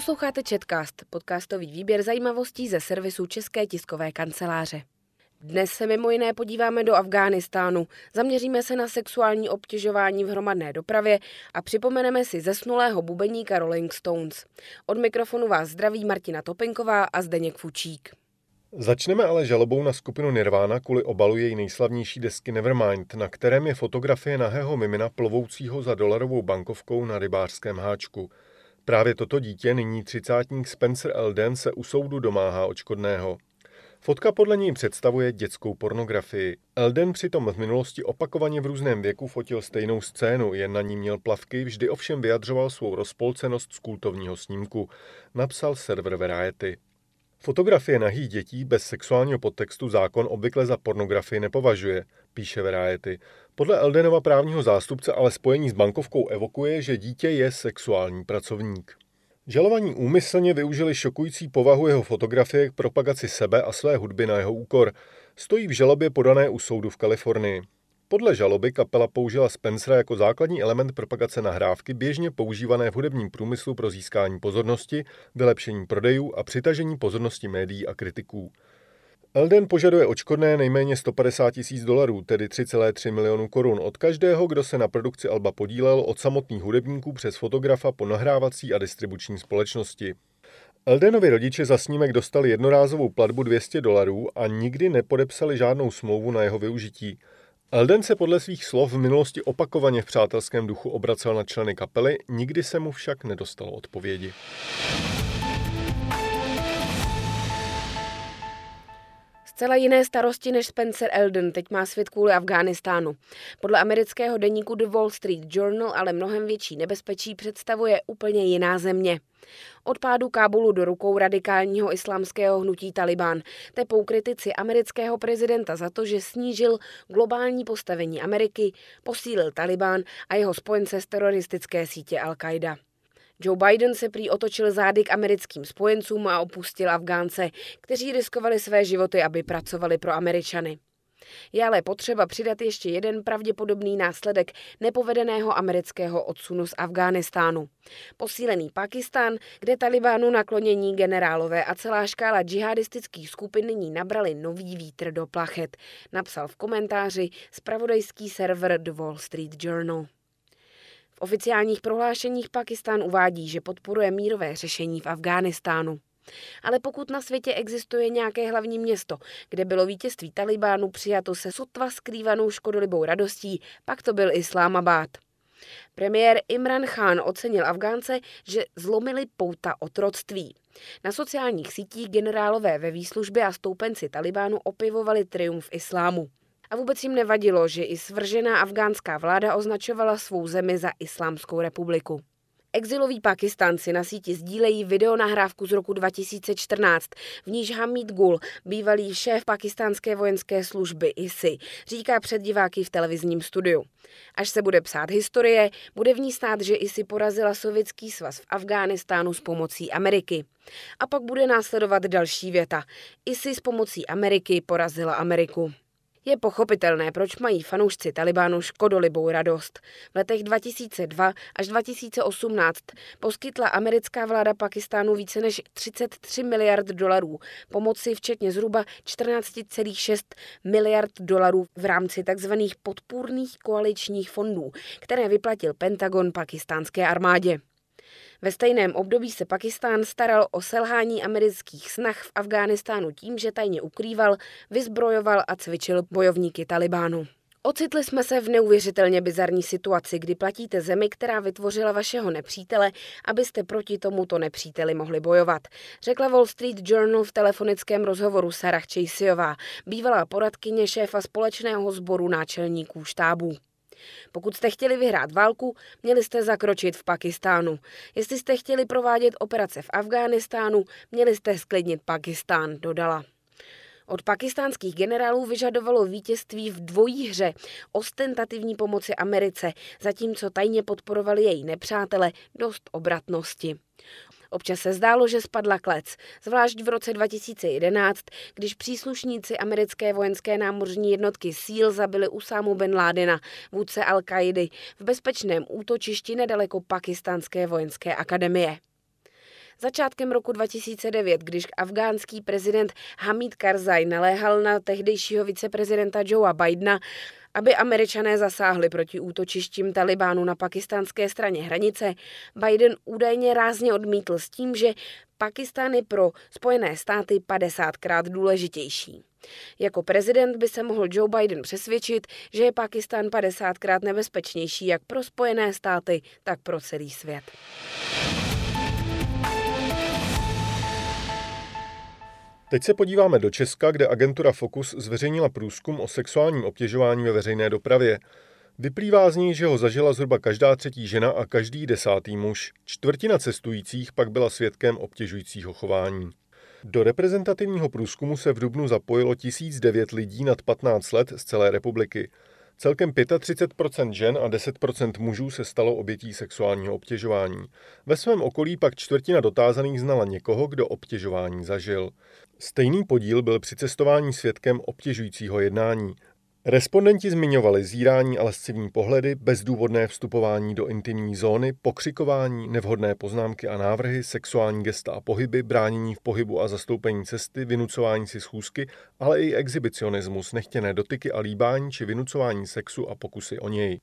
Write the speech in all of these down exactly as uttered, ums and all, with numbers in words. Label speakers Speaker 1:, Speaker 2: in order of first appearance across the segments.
Speaker 1: Posloucháte Chatcast, podcastový výběr zajímavostí ze servisu České tiskové kanceláře. Dnes se mimo jiné podíváme do Afghánistánu, zaměříme se na sexuální obtěžování v hromadné dopravě a připomeneme si zesnulého bubeníka Rolling Stones. Od mikrofonu vás zdraví Martina Topinková a Zdeněk Fučík.
Speaker 2: Začneme ale žalobou na skupinu Nirvana kvůli obalu její nejslavnější desky Nevermind, na kterém je fotografie nahého mimina plovoucího za dolarovou bankovkou na rybářském háčku. Právě toto dítě, nyní třicátník Spencer Elden, se u soudu domáhá odškodného. Fotka podle něj představuje dětskou pornografii. Elden přitom v minulosti opakovaně v různém věku fotil stejnou scénu, jen na ní měl plavky, vždy ovšem vyjadřoval svou rozpolcenost z kultovního snímku, napsal server Variety. Fotografie nahých dětí bez sexuálního podtextu zákon obvykle za pornografii nepovažuje, píše Variety. Podle Eldenova právního zástupce ale spojení s bankovkou evokuje, že dítě je sexuální pracovník. Žalovaní úmyslně využili šokující povahu jeho fotografie k propagaci sebe a své hudby na jeho úkor. Stojí v žalobě podané u soudu v Kalifornii. Podle žaloby kapela použila Spencera jako základní element propagace nahrávky běžně používané v hudebním průmyslu pro získání pozornosti, vylepšení prodejů a přitažení pozornosti médií a kritiků. Elden požaduje odškodné nejméně sto padesát tisíc dolarů, tedy tři celé tři milionu korun, od každého, kdo se na produkci alba podílel, od samotných hudebníků přes fotografa po nahrávací a distribuční společnosti. Eldenovi rodiče za snímek dostali jednorázovou platbu dvě stě dolarů a nikdy nepodepsali žádnou smlouvu na jeho využití. Elden se podle svých slov v minulosti opakovaně v přátelském duchu obracel na členy kapely, nikdy se mu však nedostalo odpovědi.
Speaker 1: Zcela jiné starosti než Spencer Elden teď má svět kvůli Afghánistánu. Podle amerického deníku The Wall Street Journal ale mnohem větší nebezpečí představuje úplně jiná země. Od pádu Kábulu do rukou radikálního islámského hnutí Taliban tepou kritici amerického prezidenta za to, že snížil globální postavení Ameriky, posílil Taliban a jeho spojence z teroristické sítě Al-Qaida. Joe Biden se prý otočil zády k americkým spojencům a opustil Afgánce, kteří riskovali své životy, aby pracovali pro Američany. Je ale potřeba přidat ještě jeden pravděpodobný následek nepovedeného amerického odsunu z Afghánistánu. Posílený Pákistán, kde Talibánu naklonění generálové a celá škála džihadistických skupin nyní nabrali nový vítr do plachet, napsal v komentáři zpravodajský server The Wall Street Journal. V oficiálních prohlášeních Pákistán uvádí, že podporuje mírové řešení v Afghánistánu. Ale pokud na světě existuje nějaké hlavní město, kde bylo vítězství Talibánu přijato se sotva skrývanou škodolibou radostí, pak to byl Islámabád. Premiér Imran Khan ocenil Afgánce, že zlomili pouta otroctví. Na sociálních sítích generálové ve výslužbě a stoupenci Talibánu opěvovali triumf islámu. A vůbec jim nevadilo, že i svržená afgánská vláda označovala svou zemi za Islámskou republiku. Exiloví Pákistánci na síti sdílejí videonahrávku z roku dva tisíce čtrnáct, v níž Hamid Gul, bývalý šéf pakistánské vojenské služby I S I, říká před diváky v televizním studiu. Až se bude psát historie, bude v ní stát, že I S I porazila Sovětský svaz v Afghánistánu s pomocí Ameriky. A pak bude následovat další věta. I S I s pomocí Ameriky porazila Ameriku. Je pochopitelné, proč mají fanoušci Talibánu škodolibou radost. V letech dva tisíce dva až dva tisíce osmnáct poskytla americká vláda Pakistánu více než třicet tři miliard dolarů, pomoci včetně zhruba čtrnáct celá šest miliard dolarů v rámci tzv. Podpůrných koaličních fondů, které vyplatil Pentagon pakistánské armádě. Ve stejném období se Pakistán staral o selhání amerických snah v Afghánistánu tím, že tajně ukrýval, vyzbrojoval a cvičil bojovníky Talibánu. Ocitli jsme se v neuvěřitelně bizarní situaci, kdy platíte zemi, která vytvořila vašeho nepřítele, abyste proti tomuto nepříteli mohli bojovat, řekla Wall Street Journal v telefonickém rozhovoru Sarah Chaseyová, bývalá poradkyně šéfa společného sboru náčelníků štábů. Pokud jste chtěli vyhrát válku, měli jste zakročit v Pakistánu. Jestli jste chtěli provádět operace v Afghánistánu, měli jste sklidnit Pakistán, dodala. Od pakistánských generálů vyžadovalo vítězství v dvojí hře, ostentativní pomoci Americe, zatímco tajně podporovali její nepřátele, dost obratnosti. Občas se zdálo, že spadla klec, zvlášť v roce dva tisíce jedenáct, když příslušníci americké vojenské námořní jednotky SEAL zabili Usámu bin Ládina, vůdce Al-Kaidy, v bezpečném útočišti nedaleko pakistánské vojenské akademie. Začátkem roku dva tisíce devět, když afghánský prezident Hamid Karzai naléhal na tehdejšího viceprezidenta Joea Bidena, aby Američané zasáhli proti útočištím Talibánu na pakistánské straně hranice, Biden údajně rázně odmítl s tím, že Pakistán je pro Spojené státy padesátkrát důležitější. Jako prezident by se mohl Joe Biden přesvědčit, že je Pakistán padesátkrát nebezpečnější jak pro Spojené státy, tak pro celý svět.
Speaker 2: Teď se podíváme do Česka, kde agentura Focus zveřejnila průzkum o sexuálním obtěžování ve veřejné dopravě. Vyplývá z něj, že ho zažila zhruba každá třetí žena a každý desátý muž. Čtvrtina cestujících pak byla svědkem obtěžujícího chování. Do reprezentativního průzkumu se v dubnu zapojilo tisíc devět lidí nad patnáct let z celé republiky. Celkem třicet pět procent žen a deset procent mužů se stalo obětí sexuálního obtěžování. Ve svém okolí pak čtvrtina dotázaných znala někoho, kdo obtěžování zažil. Stejný podíl byl při cestování svědkem obtěžujícího jednání. Respondenti zmiňovali zírání a lascivní pohledy, bezdůvodné vstupování do intimní zóny, pokřikování, nevhodné poznámky a návrhy, sexuální gesta a pohyby, bránění v pohybu a zastoupení cesty, vynucování si schůzky, ale i exhibicionismus, nechtěné dotyky a líbání či vynucování sexu a pokusy o něj.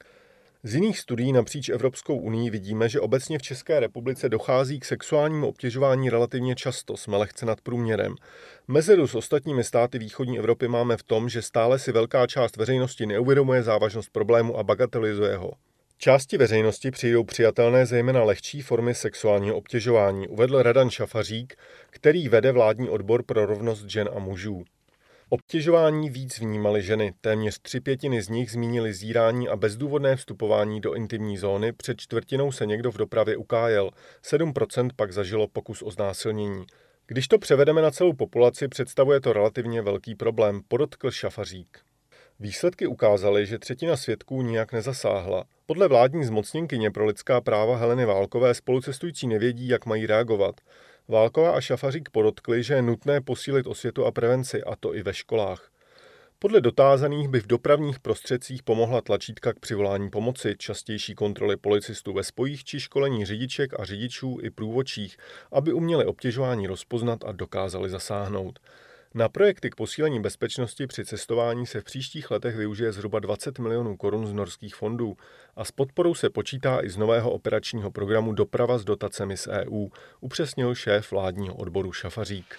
Speaker 2: Z jiných studií napříč Evropskou unii vidíme, že obecně v České republice dochází k sexuálnímu obtěžování relativně často, jsme lehce nad průměrem. Mezeru s ostatními státy východní Evropy máme v tom, že stále si velká část veřejnosti neuvědomuje závažnost problému a bagatelizuje ho. Části veřejnosti přijdou přijatelné zejména lehčí formy sexuálního obtěžování, uvedl Radan Šafařík, který vede vládní odbor pro rovnost žen a mužů. Obtěžování víc vnímaly ženy, téměř tři pětiny z nich zmínili zírání a bezdůvodné vstupování do intimní zóny, před čtvrtinou se někdo v dopravě ukájel, sedm procent pak zažilo pokus o znásilnění. Když to převedeme na celou populaci, představuje to relativně velký problém, podotkl Šafařík. Výsledky ukázaly, že třetina svědků nijak nezasáhla. Podle vládní zmocněnkyně pro lidská práva Heleny Válkové spolucestující nevědí, jak mají reagovat. Válková a Šafařík podotkli, že je nutné posílit osvětu a prevenci, a to i ve školách. Podle dotázaných by v dopravních prostředcích pomohla tlačítka k přivolání pomoci, častější kontroly policistů ve spojích či školení řidiček a řidičů i průvodčích, aby uměli obtěžování rozpoznat a dokázali zasáhnout. Na projekty k posílení bezpečnosti při cestování se v příštích letech využije zhruba dvacet milionů korun z norských fondů a s podporou se počítá i z nového operačního programu Doprava s dotacemi z E U, upřesnil šéf vládního odboru Šafařík.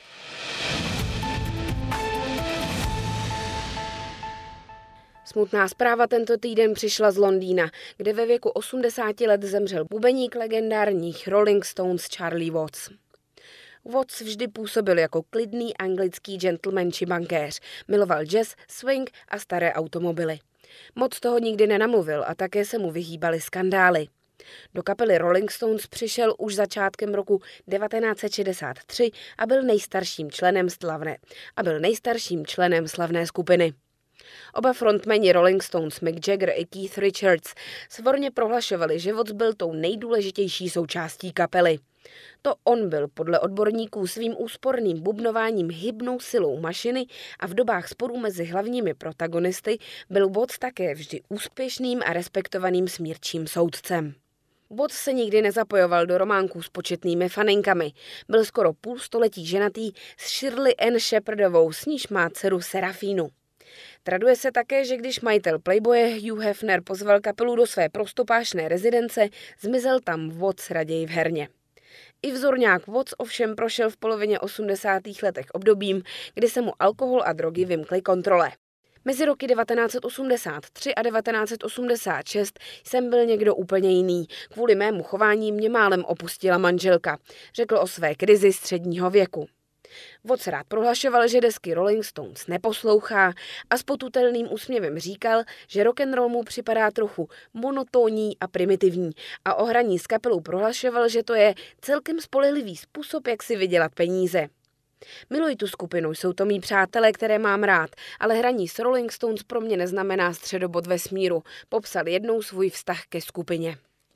Speaker 1: Smutná zpráva tento týden přišla z Londýna, kde ve věku osmdesáti let zemřel bubeník legendárních Rolling Stones Charlie Watts. Watts vždy působil jako klidný anglický gentleman či bankéř, miloval jazz, swing a staré automobily. Moc toho nikdy nenamluvil a také se mu vyhýbaly skandály. Do kapely Rolling Stones přišel už začátkem roku devatenáct set šedesát tři a byl nejstarším členem slavné, a byl nejstarším členem slavné skupiny. Oba frontmeni Rolling Stones, Mick Jagger i Keith Richards, svorně prohlašovali, že Watts byl tou nejdůležitější součástí kapely. To on byl podle odborníků svým úsporným bubnováním hybnou silou mašiny a v dobách sporů mezi hlavními protagonisty byl Watts také vždy úspěšným a respektovaným smírčím soudcem. Watts se nikdy nezapojoval do románků s početnými faninkami. Byl skoro půl století ženatý s Shirley Ann Shepherdovou, s níž má dceru Serafínu. Traduje se také, že když majitel Playboye Hugh Hefner pozval kapelu do své prostopášné rezidence, zmizel tam Watts raději v herně. I vzorňák Watts ovšem prošel v polovině osmdesátých letech obdobím, kdy se mu alkohol a drogy vymkly kontrole. Mezi roky devatenáct set osmdesát tři a devatenáct set osmdesát šest jsem byl někdo úplně jiný. Kvůli mému chování mě málem opustila manželka, řekl o své krizi středního věku. Watts rád prohlašoval, že desky Rolling Stones neposlouchá a s potutelným úsměvem říkal, že rock'n'roll mu připadá trochu monotónní a primitivní a o hraní s kapelou prohlašoval, že to je celkem spolehlivý způsob, jak si vydělat peníze. Miluji tu skupinu, jsou to mý přátelé, které mám rád, ale hraní s Rolling Stones pro mě neznamená středobod vesmíru, popsal jednou svůj vztah ke skupině.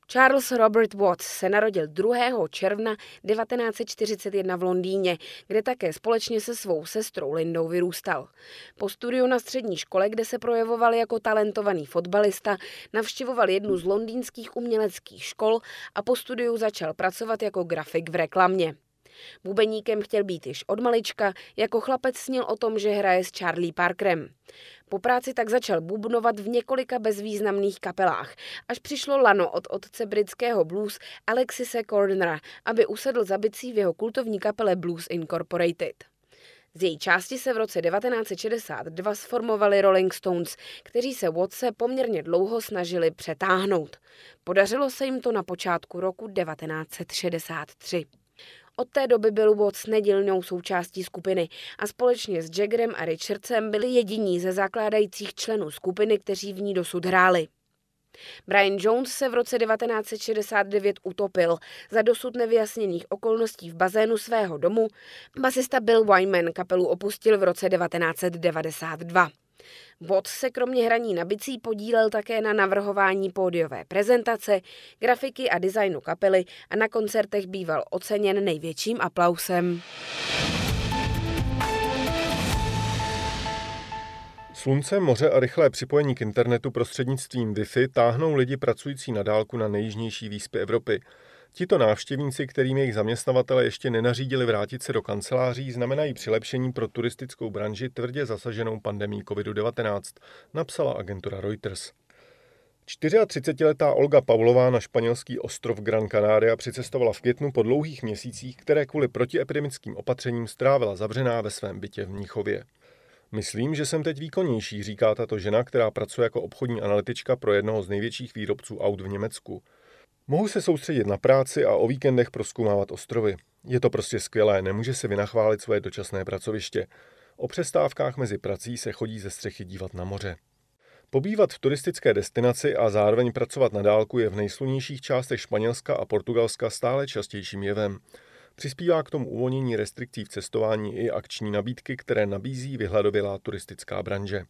Speaker 1: Charles Robert Watts se narodil druhého června devatenáct set čtyřicet jedna v Londýně, kde také společně se svou sestrou Lindou vyrůstal. Po studiu na střední škole, kde se projevoval jako talentovaný fotbalista, navštěvoval jednu z londýnských uměleckých škol a po studiu začal pracovat jako grafik v reklamě. Bubeníkem chtěl být již od malička, jako chlapec snil o tom, že hraje s Charlie Parkerem. Po práci tak začal bubnovat v několika bezvýznamných kapelách, až přišlo lano od otce britského blues Alexise Cornera, aby usedl za bicí v jeho kultovní kapele Blues Incorporated. Z její části se v roce devatenáct set šedesát dva sformovali Rolling Stones, kteří se Wattse poměrně dlouho snažili přetáhnout. Podařilo se jim to na počátku roku devatenáct set šedesát tři. Od té doby byl Watts nedílnou součástí skupiny a společně s Jaggerem a Richardsem byli jediní ze zakládajících členů skupiny, kteří v ní dosud hráli. Brian Jones se v roce devatenáct set šedesát devět utopil za dosud nevyjasněných okolností v bazénu svého domu. Basista Bill Wyman kapelu opustil v roce devatenáct set devadesát dva. Watts se kromě hraní na bicí podílel také na navrhování pódiové prezentace, grafiky a designu kapely a na koncertech býval oceněn největším aplausem.
Speaker 2: Slunce, moře a rychlé připojení k internetu prostřednictvím Wi-Fi táhnou lidi pracující na dálku na nejjižnější výspy Evropy. Tito návštěvníci, kterým jejich zaměstnavatele ještě nenařídili vrátit se do kanceláří, znamenají přilepšení pro turistickou branži tvrdě zasaženou pandemií covid devatenáct, napsala agentura Reuters. třicetičtyřletá Olga Pavlová na španělský ostrov Gran Canaria přicestovala v květnu po dlouhých měsících, které kvůli protiepidemickým opatřením strávila zavřená ve svém bytě v Mnichově. Myslím, že jsem teď výkonnější, říká tato žena, která pracuje jako obchodní analytička pro jednoho z největších výrobců aut v Německu. Mohu se soustředit na práci a o víkendech prozkoumávat ostrovy. Je to prostě skvělé, nemůže se vynachválit svoje dočasné pracoviště. O přestávkách mezi prací se chodí ze střechy dívat na moře. Pobývat v turistické destinaci a zároveň pracovat na dálku je v nejslunnějších částech Španělska a Portugalska stále častějším jevem. Přispívá k tomu uvolnění restrikcí v cestování i akční nabídky, které nabízí vyhladovělá turistická branže.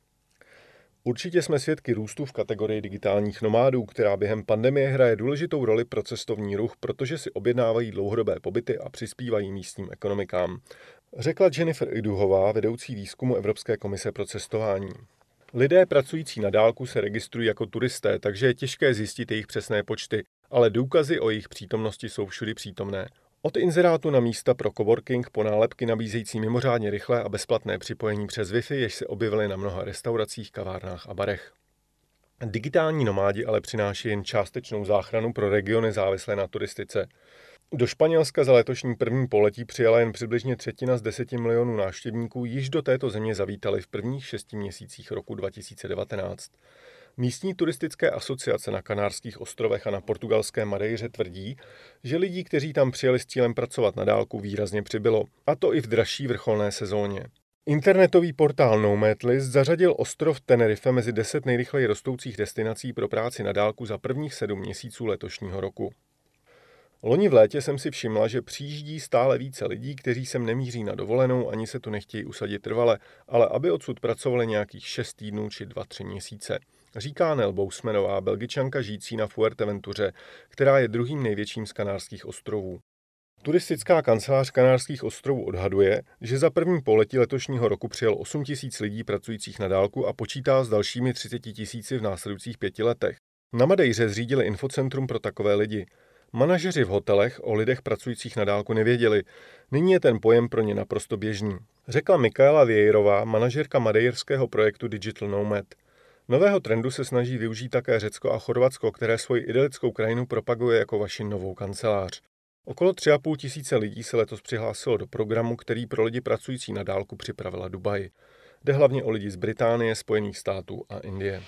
Speaker 2: Určitě jsme svědky růstu v kategorii digitálních nomádů, která během pandemie hraje důležitou roli pro cestovní ruch, protože si objednávají dlouhodobé pobyty a přispívají místním ekonomikám, řekla Jennifer Iduhová, vedoucí výzkumu Evropské komise pro cestování. Lidé pracující na dálku se registrují jako turisté, takže je těžké zjistit jejich přesné počty, ale důkazy o jejich přítomnosti jsou všudy přítomné. Od inzerátu na místa pro coworking po nálepky nabízející mimořádně rychlé a bezplatné připojení přes Wi-Fi, jež se objevily na mnoha restauracích, kavárnách a barech. Digitální nomádi ale přináší jen částečnou záchranu pro regiony závislé na turistice. Do Španělska za letošní první poletí přijala jen přibližně třetina z deseti milionů návštěvníků, již do této země zavítali v prvních šesti měsících roku dva tisíce devatenáct. Místní turistické asociace na Kanárských ostrovech a na portugalské Madeiře tvrdí, že lidí, kteří tam přijeli s cílem pracovat na dálku, výrazně přibylo, a to i v dražší vrcholné sezóně. Internetový portál Nomadlist zařadil ostrov Tenerife mezi deset nejrychleji rostoucích destinací pro práci na dálku za prvních sedm měsíců letošního roku. Loni v létě jsem si všimla, že přijíždí stále více lidí, kteří sem nemíří na dovolenou, ani se tu nechtějí usadit trvale, ale aby odsud pracovali nějakých šest týdnů či dva, tři měsíce. Říká Nel Bousmanová, Belgičanka žijící na Fuerteventuře, která je druhým největším z Kanárských ostrovů. Turistická kancelář Kanárských ostrovů odhaduje, že za první pololetí letošního roku přijel osm tisíc lidí pracujících na dálku a počítá s dalšími třiceti tisíci v následujících pěti letech. Na Madeiře zřídili infocentrum pro takové lidi. Manažeři v hotelech o lidech pracujících na dálku nevěděli. Nyní je ten pojem pro ně naprosto běžný. Řekla Michaela Vieirová, manažerka madejrského projektu Digital Nomad. Nového trendu se snaží využít také Řecko a Chorvatsko, které svoji idylickou krajinu propaguje jako vaši novou kancelář. Okolo tři a půl tisíce lidí se letos přihlásilo do programu, který pro lidi pracující na dálku připravila Dubaj. Jde hlavně o lidi z Británie, Spojených států a Indie.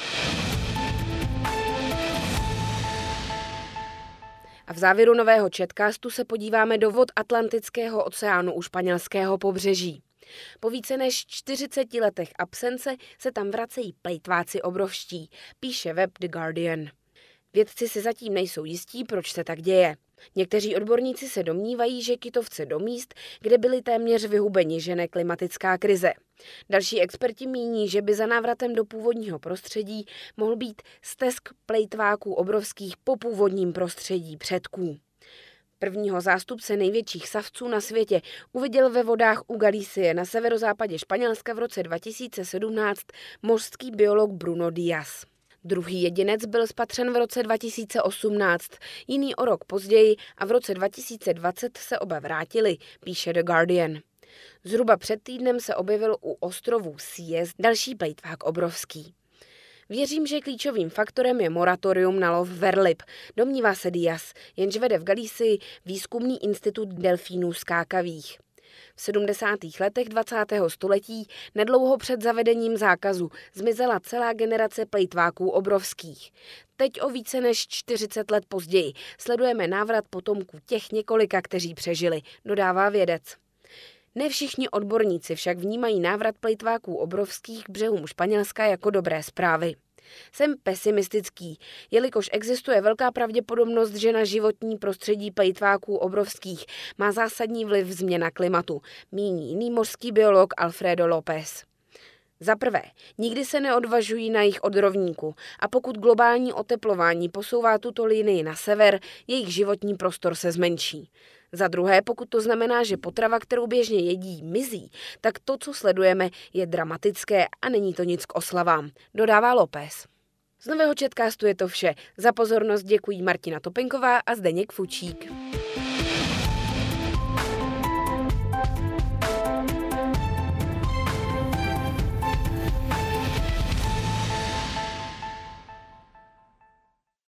Speaker 1: A v závěru nového chatcastu se podíváme do vod Atlantického oceánu u španělského pobřeží. Po více než čtyřiceti letech absence se tam vracejí plejtváci obrovští, píše web The Guardian. Vědci si zatím nejsou jistí, proč se tak děje. Někteří odborníci se domnívají, že kytovce do míst, kde byli téměř vyhubeni, žene klimatická krize. Další experti míní, že by za návratem do původního prostředí mohl být stesk plejtváků obrovských po původním prostředí předků. Prvního zástupce největších savců na světě uviděl ve vodách u Galicie na severozápadě Španělska v roce dva tisíce sedmnáct mořský biolog Bruno Díaz. Druhý jedinec byl spatřen v roce dva tisíce osmnáct, jiný o rok později a v roce dva tisíce dvacet se oba vrátili, píše The Guardian. Zhruba před týdnem se objevil u ostrovů Sies další plejtvák obrovský. Věřím, že klíčovým faktorem je moratorium na lov velryb, domnívá se Díaz, jenž vede v Galicii výzkumný institut delfínů skákavých. V sedmdesátých letech dvacátého století, nedlouho před zavedením zákazu, zmizela celá generace plejtváků obrovských. Teď o více než čtyřicet let později sledujeme návrat potomků těch několika, kteří přežili, dodává vědec. Ne všichni odborníci však vnímají návrat plejtváků obrovských k břehům Španělska jako dobré zprávy. Jsem pesimistický, jelikož existuje velká pravděpodobnost, že na životní prostředí plejtváků obrovských má zásadní vliv změna klimatu, míní jiný mořský biolog Alfredo López. Za prvé, nikdy se neodvažují na jich od rovníku a pokud globální oteplování posouvá tuto linii na sever, jejich životní prostor se zmenší. Za druhé, pokud to znamená, že potrava, kterou běžně jedí, mizí, tak to, co sledujeme, je dramatické a není to nic k oslavám, dodává López. Z nového Chatcastu je to vše. Za pozornost děkují Martina Topenková a Zdeněk Fučík.